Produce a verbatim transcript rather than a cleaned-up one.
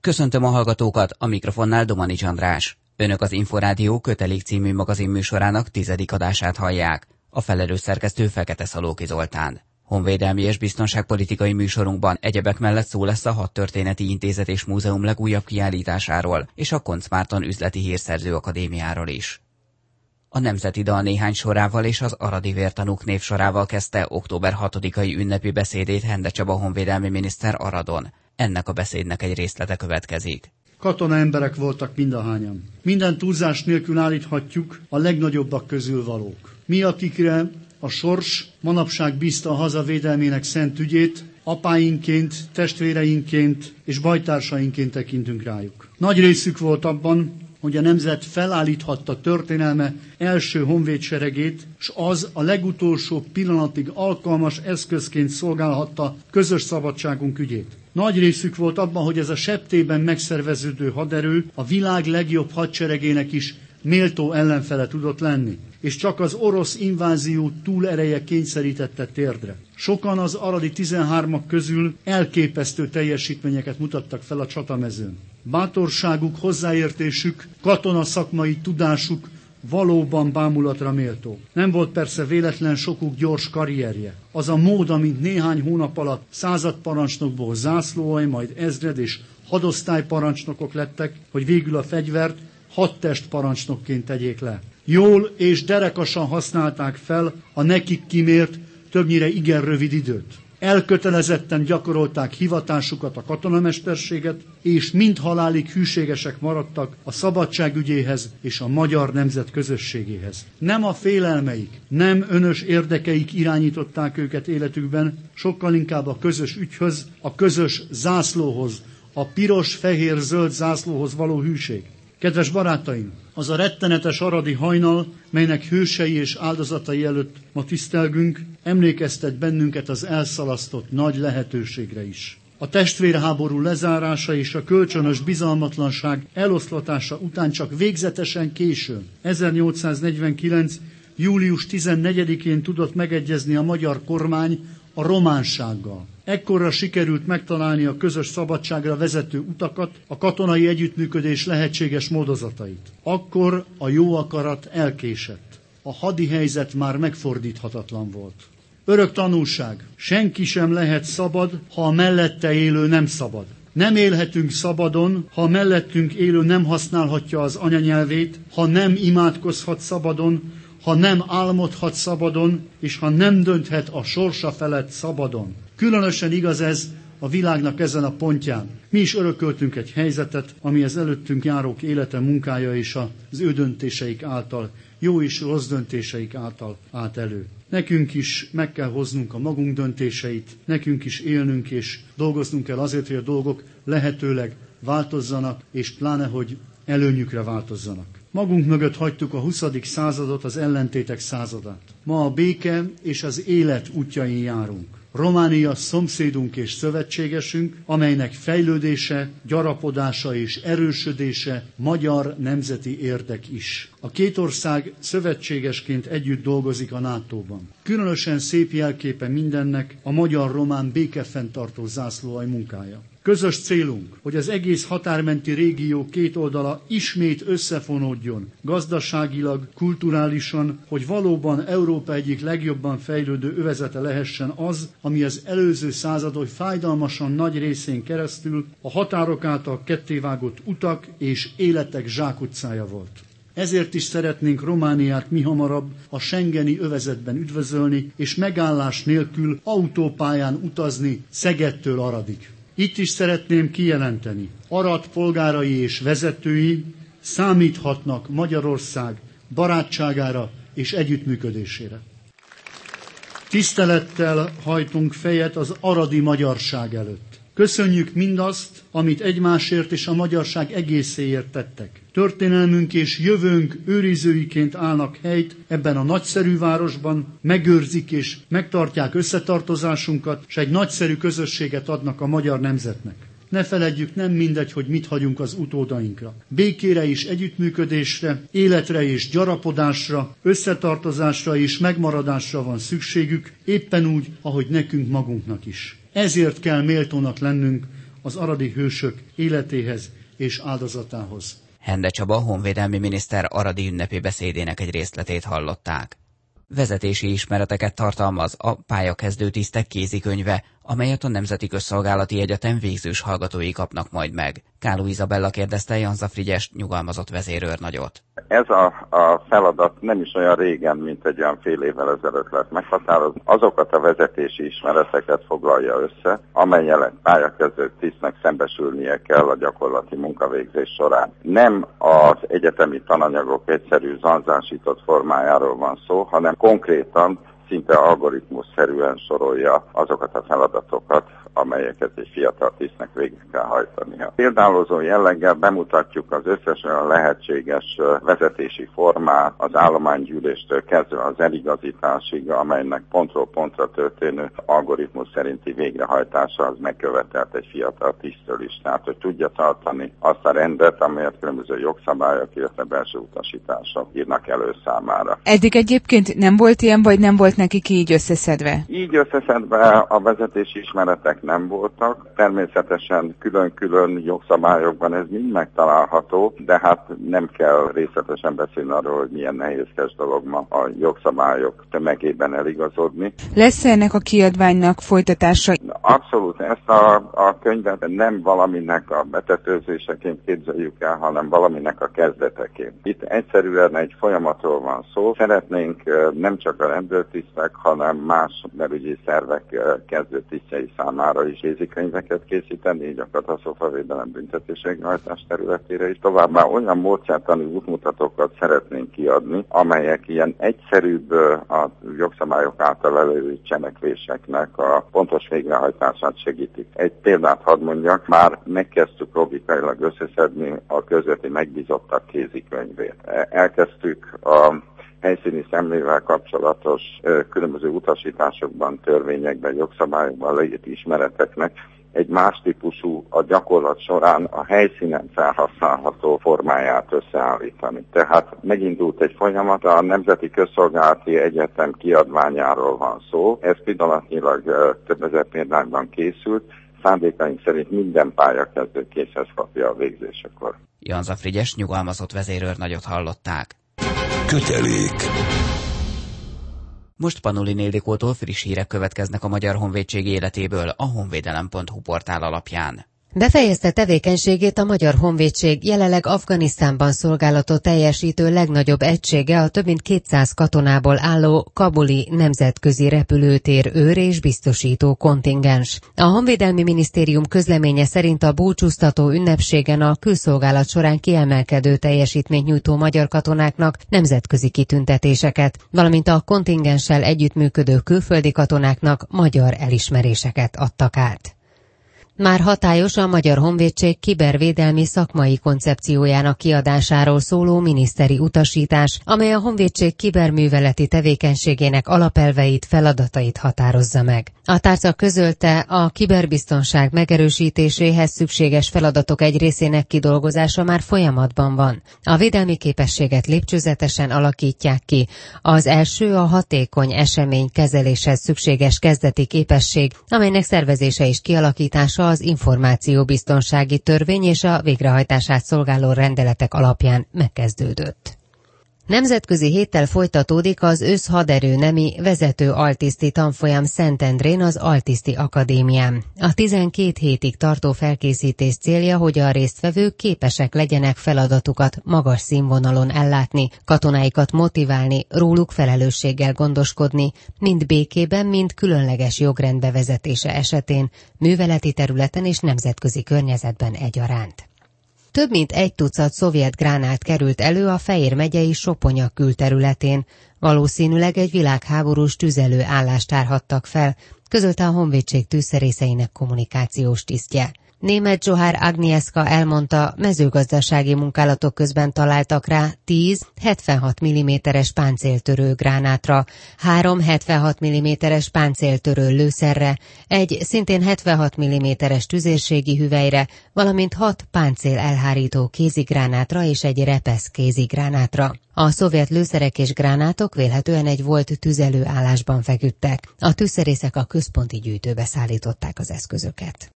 Köszöntöm a hallgatókat, a mikrofonnál Domanics András. Önök az Inforádió Kötelék című magazinműsorának tizedik adását hallják. A felelős szerkesztő Fekete Szalóki Zoltán. Honvédelmi és biztonságpolitikai műsorunkban egyebek mellett szó lesz a Hadtörténeti Intézet és Múzeum legújabb kiállításáról és a Koncz Márton Üzleti Hírszerző Akadémiáról is. A Nemzeti Dal néhány sorával és az aradi vértanúk névsorával kezdte október hatodikai ünnepi beszédét Hende Csaba honvédelmi miniszter Aradon. Ennek a beszédnek egy részlete következik. Katona emberek voltak mindahányan. Minden túlzás nélkül állíthatjuk, a legnagyobbak közül valók. Mi, akikre a sors manapság bízta a haza védelmének szent ügyét, apáinként, testvéreinként és bajtársainként tekintünk rájuk. Nagy részük volt abban, hogy a nemzet felállíthatta történelme első honvédseregét, s az a legutolsó pillanatig alkalmas eszközként szolgálhatta közös szabadságunk ügyét. Nagy részük volt abban, hogy ez a septében megszerveződő haderő a világ legjobb hadseregének is méltó ellenfele tudott lenni, és csak az orosz invázió túlereje kényszerítette térdre. Sokan az aradi tizenhármak közül elképesztő teljesítményeket mutattak fel a csatamezőn. Bátorságuk, hozzáértésük, katonaszakmai tudásuk valóban bámulatra méltó. Nem volt persze véletlen sokuk gyors karrierje. Az a mód, amint néhány hónap alatt századparancsnokból zászlóalj, majd ezred és hadosztályparancsnokok lettek, hogy végül a fegyvert hadtestparancsnokként tegyék le. Jól és derekasan használták fel a nekik kimért, többnyire igen rövid időt. Elkötelezetten gyakorolták hivatásukat, a katonamesterséget, és mind halálig hűségesek maradtak a szabadság ügyéhez és a magyar nemzet közösségéhez. Nem a félelmeik, nem önös érdekeik irányították őket életükben, sokkal inkább a közös ügyhöz, a közös zászlóhoz, a piros-fehér-zöld zászlóhoz való hűség. Kedves barátaim, az a rettenetes aradi hajnal, melynek hősei és áldozatai előtt ma tisztelgünk, emlékeztet bennünket az elszalasztott nagy lehetőségre is. A testvérháború lezárása és a kölcsönös bizalmatlanság eloszlatása után csak végzetesen későn, ezernyolcszáznegyvenkilenc. július tizennegyedikén tudott megegyezni a magyar kormány a románsággal. Ekkorra sikerült megtalálni a közös szabadságra vezető utakat, a katonai együttműködés lehetséges módozatait. Akkor a jó akarat elkésett. A hadi helyzet már megfordíthatatlan volt. Örök tanulság. Senki sem lehet szabad, ha a mellette élő nem szabad. Nem élhetünk szabadon, ha a mellettünk élő nem használhatja az anyanyelvét, ha nem imádkozhat szabadon, ha nem álmodhat szabadon, és ha nem dönthet a sorsa felett szabadon. Különösen igaz ez a világnak ezen a pontján. Mi is örököltünk egy helyzetet, ami az előttünk járók élete, munkája és az ő döntéseik által, jó és rossz döntéseik által állt elő. Nekünk is meg kell hoznunk a magunk döntéseit, nekünk is élnünk és dolgoznunk kell azért, hogy a dolgok lehetőleg változzanak, és pláne, hogy előnyükre változzanak. Magunk mögött hagytuk a huszadik századot, az ellentétek századát. Ma a béke és az élet útjain járunk. Románia szomszédunk és szövetségesünk, amelynek fejlődése, gyarapodása és erősödése magyar nemzeti érdek is. A két ország szövetségesként együtt dolgozik a nátóban. Különösen szép jelképe mindennek a magyar-román békefenntartó zászlóalj munkája. Közös célunk, hogy az egész határmenti régió két oldala ismét összefonódjon, gazdaságilag, kulturálisan, hogy valóban Európa egyik legjobban fejlődő övezete lehessen az, ami az előző századok fájdalmasan nagy részén keresztül a határok által kettévágott utak és életek zsákutcája volt. Ezért is szeretnénk Romániát mihamarabb a schengeni övezetben üdvözölni, és megállás nélkül autópályán utazni Szegedtől Aradig. Itt is szeretném kijelenteni, Arad polgárai és vezetői számíthatnak Magyarország barátságára és együttműködésére. Tisztelettel hajtunk fejet az aradi magyarság előtt. Köszönjük mindazt, amit egymásért és a magyarság egészéért tettek. Történelmünk és jövőnk őrizőiként állnak helyt ebben a nagyszerű városban, megőrzik és megtartják összetartozásunkat, és egy nagyszerű közösséget adnak a magyar nemzetnek. Ne feledjük, nem mindegy, hogy mit hagyunk az utódainkra. Békére és együttműködésre, életre és gyarapodásra, összetartozásra és megmaradásra van szükségük, éppen úgy, ahogy nekünk magunknak is. Ezért kell méltónak lennünk az aradi hősök életéhez és áldozatához. Hende Csaba honvédelmi miniszter aradi ünnepi beszédének egy részletét hallották. Vezetési ismereteket tartalmaz a pályakezdő tisztek kézikönyve, amelyet a Nemzeti Közszolgálati Egyetem végzős hallgatói kapnak majd meg. Káló Izabella kérdezte Janza Frigyest, nyugalmazott vezérőrnagyot. Ez a, a feladat nem is olyan régen, mint egy olyan fél évvel ezelőtt lett meghatározni. Azokat a vezetési ismereteket foglalja össze, amellyel egy pályakezdő tisztnek szembesülnie kell a gyakorlati munkavégzés során. Nem az egyetemi tananyagok egyszerű zanzásított formájáról van szó, hanem konkrétan szinte algoritmusszerűen sorolja azokat a feladatokat, amelyeket egy fiatal tisztnek végig kell hajtania. Példálozó jelleggel bemutatjuk az összes olyan lehetséges vezetési formát, az állománygyűléstől kezdve az eligazításig, amelynek pontról pontra történő algoritmus szerinti végrehajtása az megkövetelt egy fiatal tisztől is. Tehát, hogy tudja tartani azt a rendet, amelyet különböző jogszabályok, illetve belső utasítások írnak elő számára. Eddig egyébként nem volt ilyen, vagy nem volt nekik így összeszedve? Így összeszedve a vezetési ismeretek nem voltak. Természetesen külön-külön jogszabályokban ez mind megtalálható, de hát nem kell részletesen beszélni arról, hogy milyen nehézkes dolog ma a jogszabályok tömegében eligazodni. Lesz ennek a kiadványnak folytatása? Abszolút. Ezt a, a könyvet nem valaminek a betetőzéseként képzeljük el, hanem valaminek a kezdeteként. Itt egyszerűen egy folyamatról van szó. Szeretnénk nem csak a rendőrtisztek, hanem más belügyi szervek kezdőtisztjei számára is kézikönyveket készíteni, így a katasztrófavédelem büntetésvégrehajtás területére is. Továbbá olyan módszertani útmutatókat szeretnénk kiadni, amelyek ilyen egyszerűbb a jogszabályok által előírt cselekvéseknek a pontos végrehajtását segítik. Egy példát hadd mondjak, már megkezdtük logikailag összeszedni a közveti megbízottak kézikönyvét. Elkezdtük a helyszíni szemlével kapcsolatos ö, különböző utasításokban, törvényekben, jogszabályokban leírt ismereteknek egy más típusú, a gyakorlat során a helyszínen felhasználható formáját összeállítani. Tehát megindult egy folyamat, a Nemzeti Közszolgálati Egyetem kiadványáról van szó. Ez pillanatnyilag ö, több ezer példányban készült. Szándékaink szerint minden pályakezdő készhez kapja a végzésekor. Janza Frigyes, nyugalmazott vezérőrnagyot hallották. Kötelék. Most Panulin Ildikótól friss hírek következnek a Magyar Honvédség életéből a honvédelem pont hu portál alapján. Befejezte tevékenységét a Magyar Honvédség jelenleg Afganisztánban szolgálatot teljesítő legnagyobb egysége, a több mint kétszáz katonából álló kabuli nemzetközi repülőtér őr és biztosító kontingens. A Honvédelmi Minisztérium közleménye szerint a búcsúztató ünnepségen a külszolgálat során kiemelkedő teljesítményt nyújtó magyar katonáknak nemzetközi kitüntetéseket, valamint a kontingenssel együttműködő külföldi katonáknak magyar elismeréseket adtak át. Már hatályos a Magyar Honvédség kibervédelmi szakmai koncepciójának kiadásáról szóló miniszteri utasítás, amely a honvédség kiberműveleti tevékenységének alapelveit, feladatait határozza meg. A tárca közölte, a kiberbiztonság megerősítéséhez szükséges feladatok egy részének kidolgozása már folyamatban van. A védelmi képességet lépcsőzetesen alakítják ki. Az első a hatékony eseménykezeléshez szükséges kezdeti képesség, amelynek szervezése és kialakítása az információbiztonsági törvény és a végrehajtását szolgáló rendeletek alapján megkezdődött. Nemzetközi héttel folytatódik az őszhaderő nemi vezető altiszti tanfolyam Szentendrén az Altiszti Akadémián. A tizenkét hétig tartó felkészítés célja, hogy a résztvevők képesek legyenek feladatukat magas színvonalon ellátni, katonáikat motiválni, róluk felelősséggel gondoskodni, mind békében, mind különleges jogrend bevezetése esetén, műveleti területen és nemzetközi környezetben egyaránt. Több mint egy tucat szovjet gránát került elő a Fejér megyei Soponya külterületén. Valószínűleg egy világháborús tüzelő állást tárhattak fel, közölte a honvédség tűzszerészeinek kommunikációs tisztje. Németh Zsohár Agnieszka elmondta, mezőgazdasági munkálatok közben találtak rá tíz hetvenhat milliméteres páncéltörő gránátra, három hetvenhat milliméteres páncéltörő lőszerre, egy szintén hetvenhat milliméteres tüzérségi hüvelyre, valamint hat páncél elhárító kézigránátra és egy repesz kézigránátra. A szovjet lőszerek és gránátok vélhetően egy volt tüzelőállásban feküdtek. A tűzszerészek a központi gyűjtőbe szállították az eszközöket.